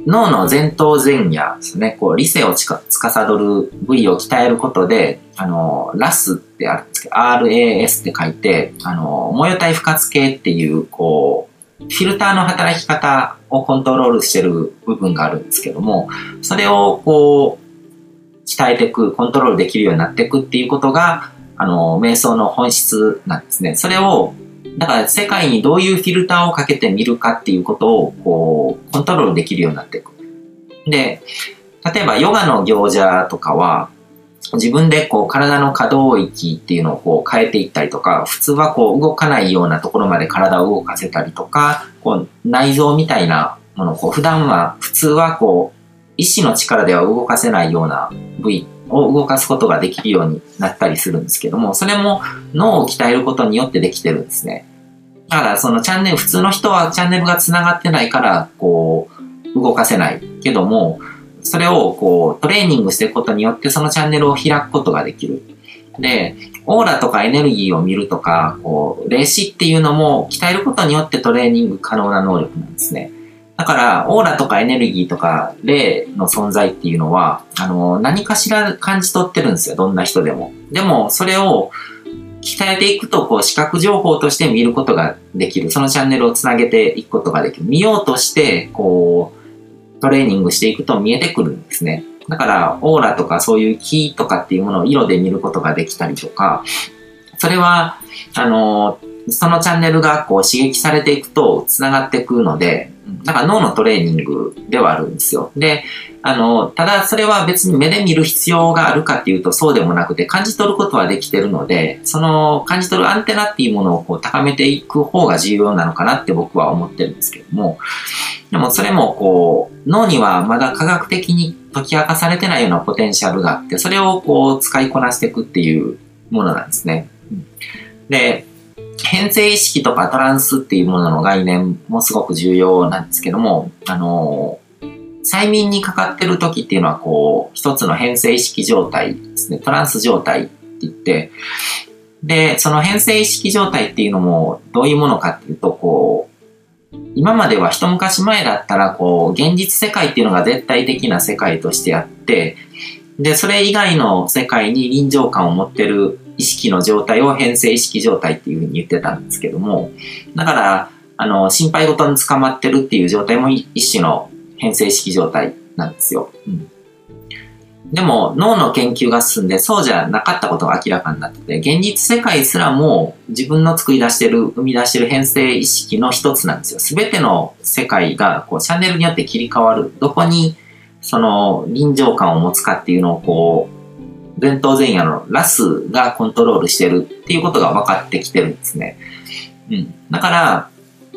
脳の前頭前野ですね、こう理性を司る部位を鍛えることで、RAS ってあるんですけど、RAS って書いて、模様体不活系っていう、こう、フィルターの働き方をコントロールしてる部分があるんですけども、それをこう、鍛えていく、コントロールできるようになっていくっていうことが、瞑想の本質なんですね。それを、だから世界にどういうフィルターをかけてみるかっていうことを、こう、コントロールできるようになっていく。で、例えばヨガの行者とかは、自分でこう体の可動域っていうのをこう変えていったりとか、普通はこう動かないようなところまで体を動かせたりとか、こう内臓みたいなものをこう普通はこう意志の力では動かせないような部位を動かすことができるようになったりするんですけども、それも脳を鍛えることによってできてるんですね。だからその普通の人はチャンネルが繋がってないからこう動かせないけども、それをこうトレーニングしていくことによってそのチャンネルを開くことができる。で、オーラとかエネルギーを見るとか、こう霊視っていうのも鍛えることによってトレーニング可能な能力なんですね。だから、オーラとかエネルギーとか霊の存在っていうのは、何かしら感じ取ってるんですよ。どんな人でも。でも、それを鍛えていくと、こう、視覚情報として見ることができる。そのチャンネルをつなげていくことができる。見ようとして、こう、トレーニングしていくと見えてくるんですね。だから、オーラとかそういう気とかっていうものを色で見ることができたりとか、それは、そのチャンネルがこう刺激されていくと繋がっていくので、だから脳のトレーニングではあるんですよ。で、ただそれは別に目で見る必要があるかっていうとそうでもなくて、感じ取ることはできてるので、その感じ取るアンテナっていうものをこう高めていく方が重要なのかなって僕は思ってるんですけども、でもそれもこう、脳にはまだ科学的に解き明かされてないようなポテンシャルがあって、それをこう使いこなしていくっていうものなんですね。で、変性意識とかトランスっていうものの概念もすごく重要なんですけども、催眠にかかってる時っていうのはこう、一つの変性意識状態ですね。トランス状態って言って、で、その変性意識状態っていうのもどういうものかっていうと、こう、今までは一昔前だったらこう、現実世界っていうのが絶対的な世界としてあって、で、それ以外の世界に臨場感を持ってる意識の状態を変性意識状態っていうふうに言ってたんですけども、だから、心配事に捕まってるっていう状態も一種の変性意識状態なんですよ。でも、脳の研究が進んで、そうじゃなかったことが明らかになってて、現実世界すらも自分の生み出してる変性意識の一つなんですよ。すべての世界がこうチャンネルによって切り替わる。どこにその臨場感を持つかっていうのをこう、前頭前野のラスがコントロールしてるっていうことが分かってきてるんですね。だから、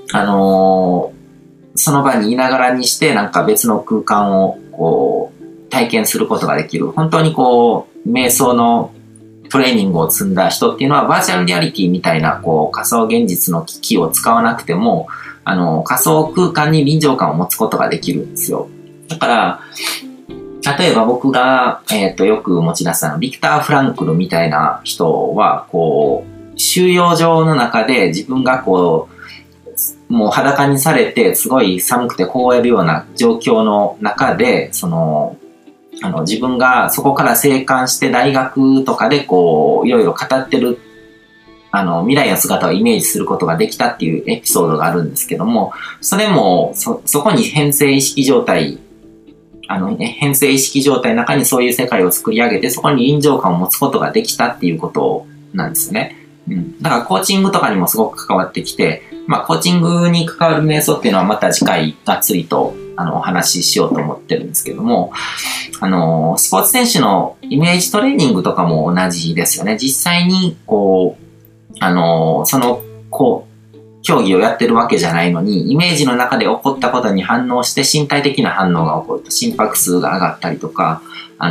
その場にいながらにしてなんか別の空間をこう体験することができる。本当にこう、瞑想のトレーニングを積んだ人っていうのはバーチャルリアリティみたいなこう仮想現実の機器を使わなくても、仮想空間に臨場感を持つことができるんですよ。だから、例えば僕が、よく持ち出したビクター・フランクルみたいな人は、こう、収容所の中で自分がこう、もう裸にされて、すごい寒くて凍えるような状況の中で、自分がそこから生還して大学とかでこう、いろいろ語ってる、未来の姿をイメージすることができたっていうエピソードがあるんですけども、それも、そこに変性意識状態、変性意識状態の中にそういう世界を作り上げて、そこに臨場感を持つことができたっていうことなんですよね。だからコーチングとかにもすごく関わってきて、コーチングに関わる瞑想っていうのはまた次回がっつりとお話ししようと思ってるんですけども、スポーツ選手のイメージトレーニングとかも同じですよね。実際にこう、競技をやってるわけじゃないのに、イメージの中で起こったことに反応して身体的な反応が起こると、心拍数が上がったりとか、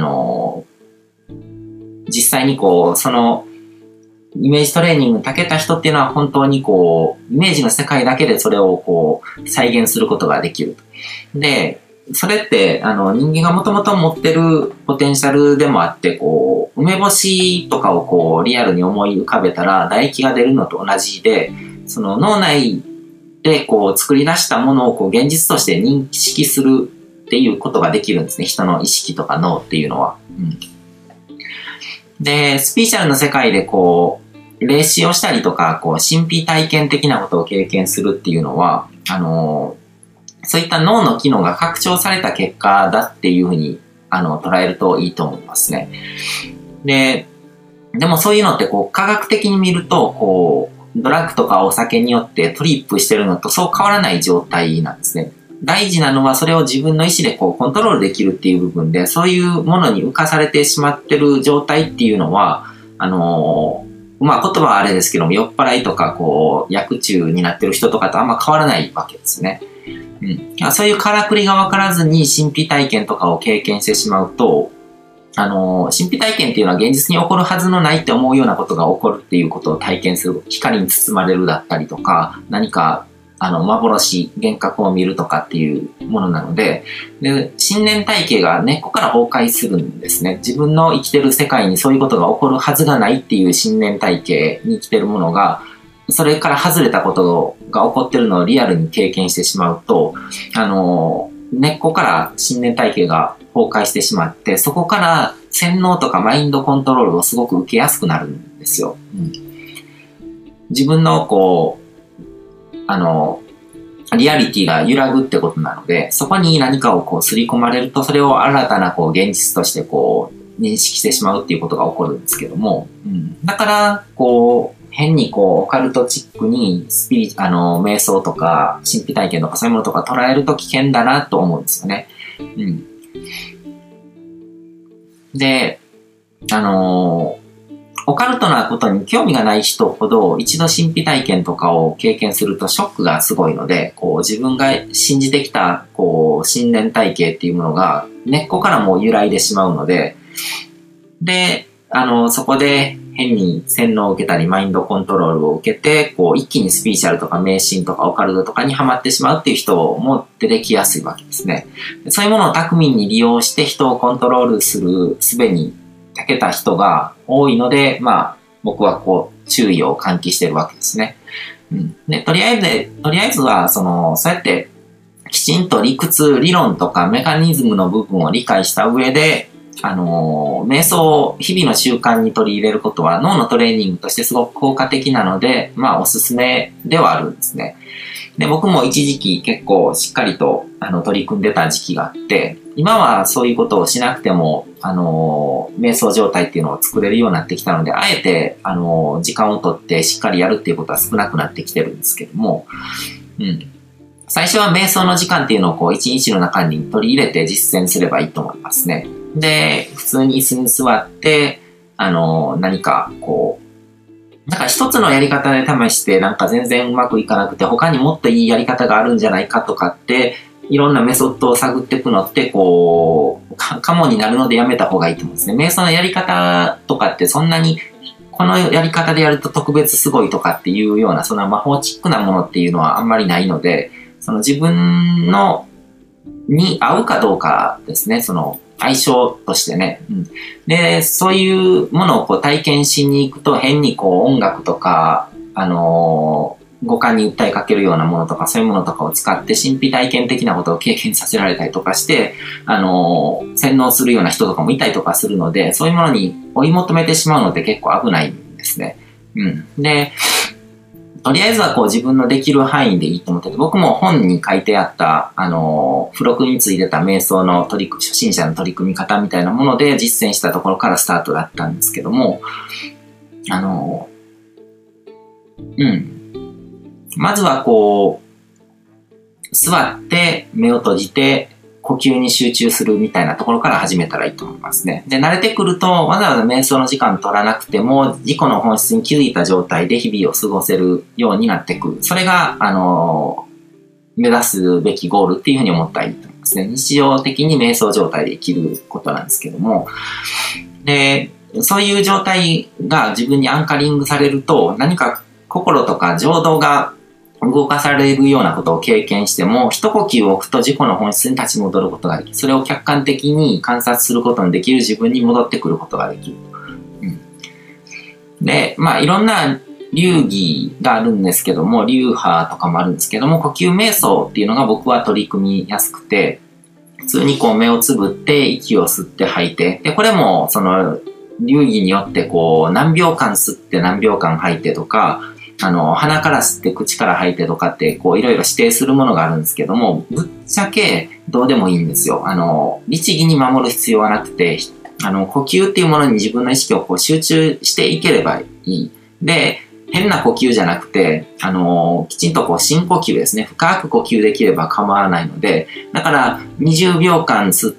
実際にこう、その、イメージトレーニングに長けた人っていうのは本当にこう、イメージの世界だけでそれをこう、再現することができる。で、それって、人間がもともと持ってるポテンシャルでもあって、こう、梅干しとかをこう、リアルに思い浮かべたら、唾液が出るのと同じで、その脳内でこう、作り出したものをこう、現実として認識するっていうことができるんですね。人の意識とか脳っていうのは。で、スピリチュアルの世界でこう、霊視をしたりとか、こう、神秘体験的なことを経験するっていうのは、そういった脳の機能が拡張された結果だっていうふうに、捉えるといいと思いますね。でもそういうのってこう、科学的に見ると、こう、ドラッグとかお酒によってトリップしてるのとそう変わらない状態なんですね。大事なのはそれを自分の意思でこうコントロールできるっていう部分で、そういうものに浮かされてしまってる状態っていうのは、まあ言葉はあれですけども、酔っ払いとかこう、薬中になってる人とかとあんま変わらないわけですね。そういうからくりが分からずに神秘体験とかを経験してしまうと、神秘体験っていうのは現実に起こるはずのないって思うようなことが起こるっていうことを体験する。光に包まれるだったりとか、何か、幻、幻覚を見るとかっていうものなので、信念体系が根っこから崩壊するんですね。自分の生きてる世界にそういうことが起こるはずがないっていう信念体系に生きてるものが、それから外れたことが起こってるのをリアルに経験してしまうと、根っこから信念体系が崩壊してしまって、そこから洗脳とかマインドコントロールをすごく受けやすくなるんですよ。自分のこう、リアリティが揺らぐってことなので、そこに何かをこう刷り込まれると、それを新たなこう現実としてこう認識してしまうっていうことが起こるんですけども、だからこう変にこうオカルトチックに瞑想とか神秘体験とかそういうものとか捉えると危険だなと思うんですよね。で、オカルトなことに興味がない人ほど一度神秘体験とかを経験するとショックがすごいので、こう自分が信じてきたこう信念体系っていうものが根っこからもう揺らいでしまうので、そこで変に洗脳を受けたりマインドコントロールを受けて、こう一気にスピリチュアルとか迷信とかオカルトとかにハマってしまうっていう人も出てきやすいわけですね。そういうものを巧みに利用して人をコントロールする術に長けた人が多いので、僕はこう注意を喚起してるわけですね。で、とりあえずはそうやってきちんと理屈、理論とかメカニズムの部分を理解した上で、瞑想を日々の習慣に取り入れることは脳のトレーニングとしてすごく効果的なので、おすすめではあるんですね。で、僕も一時期結構しっかりと取り組んでた時期があって、今はそういうことをしなくても、瞑想状態っていうのを作れるようになってきたので、あえて、時間をとってしっかりやるっていうことは少なくなってきてるんですけども、最初は瞑想の時間っていうのをこう一日の中に取り入れて実践すればいいと思いますね。で、普通に椅子に座って、何かこう、一つのやり方で試してなんか全然うまくいかなくて他にもっといいやり方があるんじゃないかとかっていろんなメソッドを探っていくのってこうカモになるのでやめた方がいいと思うんですね。瞑想のやり方とかってそんなにこのやり方でやると特別すごいとかっていうようなそんな魔法チックなものっていうのはあんまりないので、その自分のに合うかどうかですね。その相性としてね。で、そういうものをこう体験しに行くと変にこう音楽とか、五感に訴えかけるようなものとかそういうものとかを使って神秘体験的なことを経験させられたりとかして、洗脳するような人とかもいたりとかするので、そういうものに追い求めてしまうのって結構危ないんですね。で、とりあえずはこう自分のできる範囲でいいと思ってて、僕も本に書いてあった、付録についてた瞑想の初心者の取り組み方みたいなもので実践したところからスタートだったんですけども、まずはこう、座って目を閉じて呼吸に集中するみたいなところから始めたらいいと思いますね。で、慣れてくるとわざわざ瞑想の時間取らなくても自己の本質に気づいた状態で日々を過ごせるようになってくる。それが、目指すべきゴールっていうふうに思ったらいいと思いますね。日常的に瞑想状態で生きることなんですけども。で、そういう状態が自分にアンカリングされると何か心とか情動が動かされるようなことを経験しても、一呼吸を置くと自己の本質に立ち戻ることができる。それを客観的に観察することのできる自分に戻ってくることができる。で、いろんな流儀があるんですけども、流派とかもあるんですけども、呼吸瞑想っていうのが僕は取り組みやすくて、 通にこう目をつぶって息を吸って吐いて、で、これもその流儀によってこう何秒間吸って何秒間吐いてとか、鼻から吸って口から吐いてとかってこういろいろ指定するものがあるんですけども、ぶっちゃけどうでもいいんですよ。律儀に守る必要はなくて、呼吸っていうものに自分の意識をこう集中していければいい。で、変な呼吸じゃなくて、きちんとこう深呼吸ですね。深く呼吸できれば構わないので、だから20秒間吸って、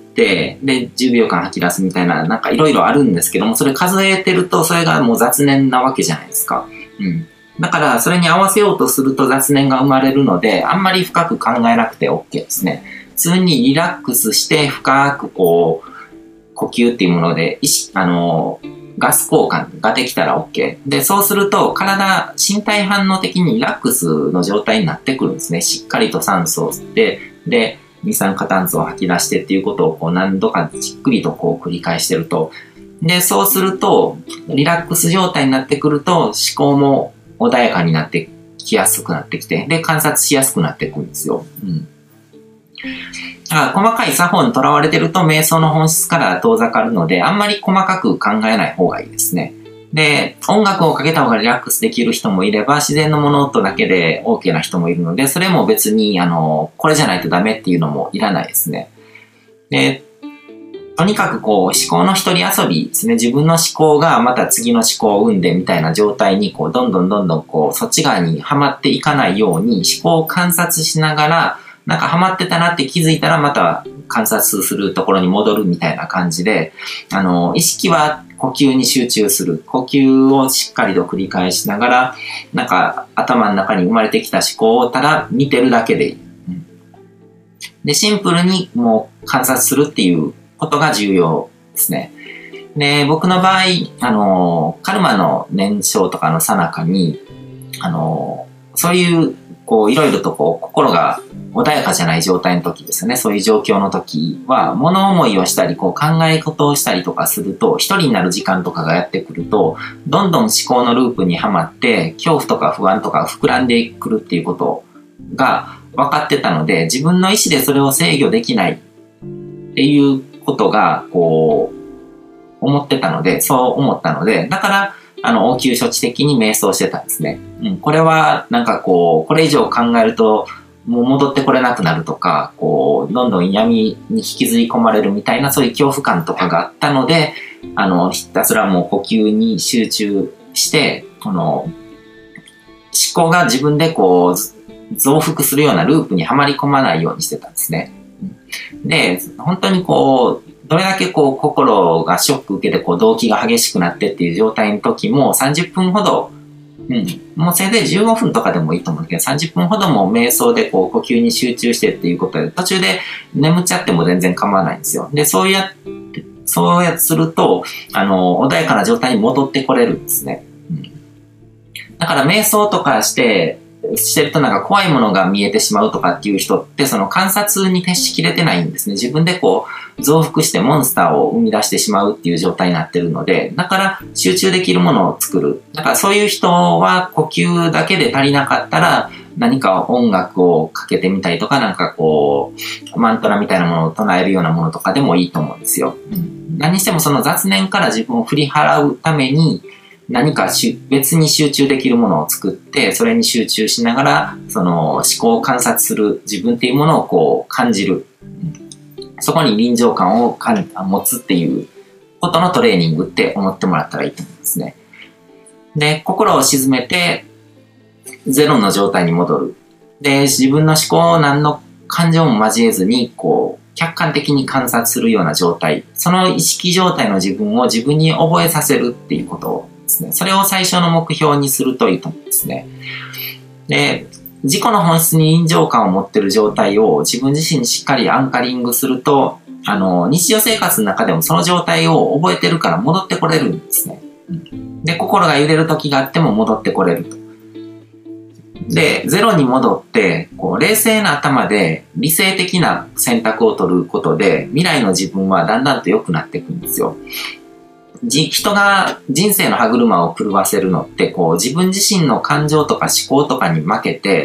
で、10秒間吐き出すみたいな、なんかいろいろあるんですけども、それ数えてると、それがもう雑念なわけじゃないですか。うん。だから、それに合わせようとすると雑念が生まれるので、あんまり深く考えなくて OK ですね。普通にリラックスして、深くこう、呼吸っていうもので、ガス交換ができたら OK。で、そうすると身体反応的にリラックスの状態になってくるんですね。しっかりと酸素を吸って、で、二酸化炭素を吐き出してっていうことをこう何度かじっくりとこう繰り返してると。で、そうすると、リラックス状態になってくると、思考も穏やかになってきやすくなってきて、で、観察しやすくなっていくんですよ。うん。だから細かい作法にとらわれてると瞑想の本質から遠ざかるので、あんまり細かく考えない方がいいですね。で、音楽をかけた方がリラックスできる人もいれば、自然の物音だけで OK な人もいるので、それも別に、これじゃないとダメっていうのもいらないですね。で、とにかくこう、思考の一人遊びですね。自分の思考がまた次の思考を生んでみたいな状態に、こう、どんどんこう、そっち側にはまっていかないように、思考を観察しながら、なんかハマってたなって気づいたらまた観察するところに戻るみたいな感じで、意識は呼吸に集中する。呼吸をしっかりと繰り返しながら、なんか頭の中に生まれてきた思考をただ見てるだけでいい。うん、で、シンプルにもう観察するっていうことが重要ですね。で、僕の場合、カルマの燃焼とかの最中に、そういう、こう、いろいろとこう、心が穏やかじゃない状態の時ですよね。そういう状況の時は、物思いをしたり、こう、考え事をしたりとかすると、一人になる時間とかがやってくると、どんどん思考のループにはまって、恐怖とか不安とか膨らんでくるっていうことが分かってたので、自分の意思でそれを制御できないっていうことが、こう、そう思ったので、だから、応急処置的に瞑想してたんですね。うん、これは、なんかこう、これ以上考えると、もう戻ってこれなくなるとか、こう、どんどん闇に引きずり込まれるみたいな、そういう恐怖感とかがあったので、ひたすらもう呼吸に集中して、思考が自分でこう、増幅するようなループにはまり込まないようにしてたんですね。で、本当にこう、どれだけこう心がショック受けてこう動悸が激しくなってっていう状態の時も30分ほど、もうせいぜい15分とかでもいいと思うんだけど、30分ほども瞑想でこう呼吸に集中してっていうことで、途中で眠っちゃっても全然構わないんですよ。で、そうやってすると、穏やかな状態に戻ってこれるんですね。だから瞑想とかしてるとなんか怖いものが見えてしまうとかっていう人ってその観察に徹しきれてないんですね。自分でこう増幅してモンスターを生み出してしまうっていう状態になってるので、だから集中できるものを作る。だからそういう人は呼吸だけで足りなかったら何か音楽をかけてみたりとかなんかこうマントラみたいなものを唱えるようなものとかでもいいと思うんですよ。何にしてもその雑念から自分を振り払うために何か別に集中できるものを作って、それに集中しながら、その思考を観察する自分っていうものをこう感じる。そこに臨場感を持つっていうことのトレーニングって思ってもらったらいいと思いますね。で、心を沈めて、ゼロの状態に戻る。で、自分の思考を何の感情も交えずに、こう、客観的に観察するような状態。その意識状態の自分を自分に覚えさせるっていうことをそれを最初の目標にするといいと思うんですね。で、自己の本質に臨場感を持っている状態を自分自身にしっかりアンカリングすると、日常生活の中でもその状態を覚えてるから戻ってこれるんですね。で、心が揺れる時があっても戻ってこれると。で、ゼロに戻って、こう冷静な頭で理性的な選択を取ることで、未来の自分はだんだんと良くなっていくんですよ。人が人生の歯車を狂わせるのって、こう自分自身の感情とか思考とかに負けて、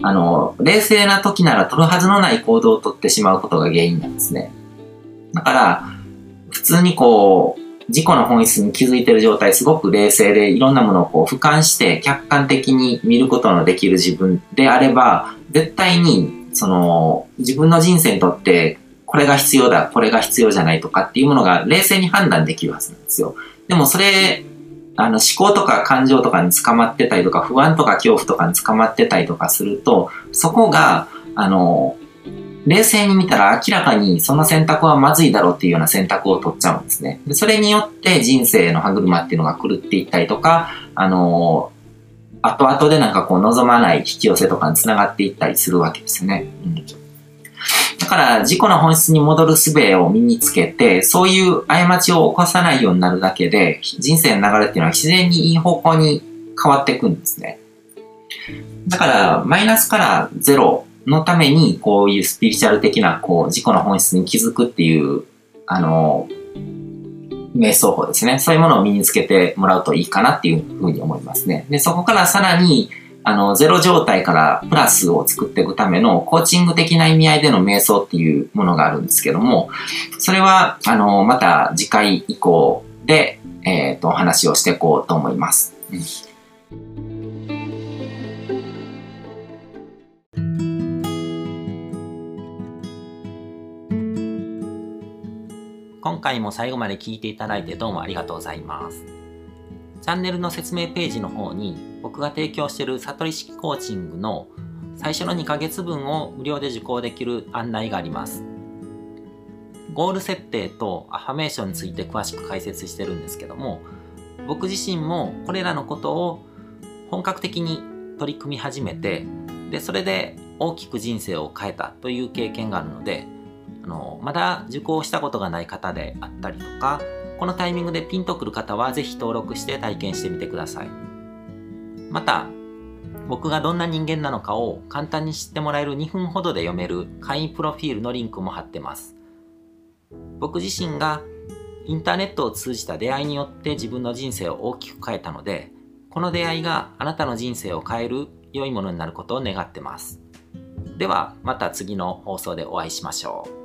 冷静な時なら取るはずのない行動を取ってしまうことが原因なんですね。だから、普通に自己の本質に気づいている状態、すごく冷静でいろんなものを俯瞰して客観的に見ることのできる自分であれば、絶対に、自分の人生にとって、これが必要だ、これが必要じゃないとかっていうものが冷静に判断できるはずなんですよ。でもそれ、思考とか感情とかに捕まってたりとか、不安とか恐怖とかに捕まってたりとかすると、そこが、冷静に見たら明らかにその選択はまずいだろうっていうような選択を取っちゃうんですね。でそれによって人生の歯車っていうのが狂っていったりとか、後々で望まない引き寄せとかにつながっていったりするわけですよね。だから自己の本質に戻る術を身につけて、そういう過ちを起こさないようになるだけで、人生の流れっていうのは自然にいい方向に変わっていくんですね。だから、マイナスからゼロのために、こういうスピリチュアル的な、自己の本質に気づくっていう、瞑想法ですね。そういうものを身につけてもらうといいかなっていうふうに思いますね。で、そこからさらに、ゼロ状態からプラスを作っていくためのコーチング的な意味合いでの瞑想っていうものがあるんですけども、それは、また次回以降で、お話をしていこうと思います。今回も最後まで聞いていただいてどうもありがとうございます。チャンネルの説明ページの方に僕が提供している悟り式コーチングの最初の2ヶ月分を無料で受講できる案内があります。ゴール設定とアファメーションについて詳しく解説してるんですけども、僕自身もこれらのことを本格的に取り組み始めて、でそれで大きく人生を変えたという経験があるので、まだ受講したことがない方であったりとか、このタイミングでピンとくる方はぜひ登録して体験してみてください。また、僕がどんな人間なのかを簡単に知ってもらえる2分ほどで読める会員プロフィールのリンクも貼ってます。僕自身がインターネットを通じた出会いによって自分の人生を大きく変えたので、この出会いがあなたの人生を変える良いものになることを願ってます。ではまた次の放送でお会いしましょう。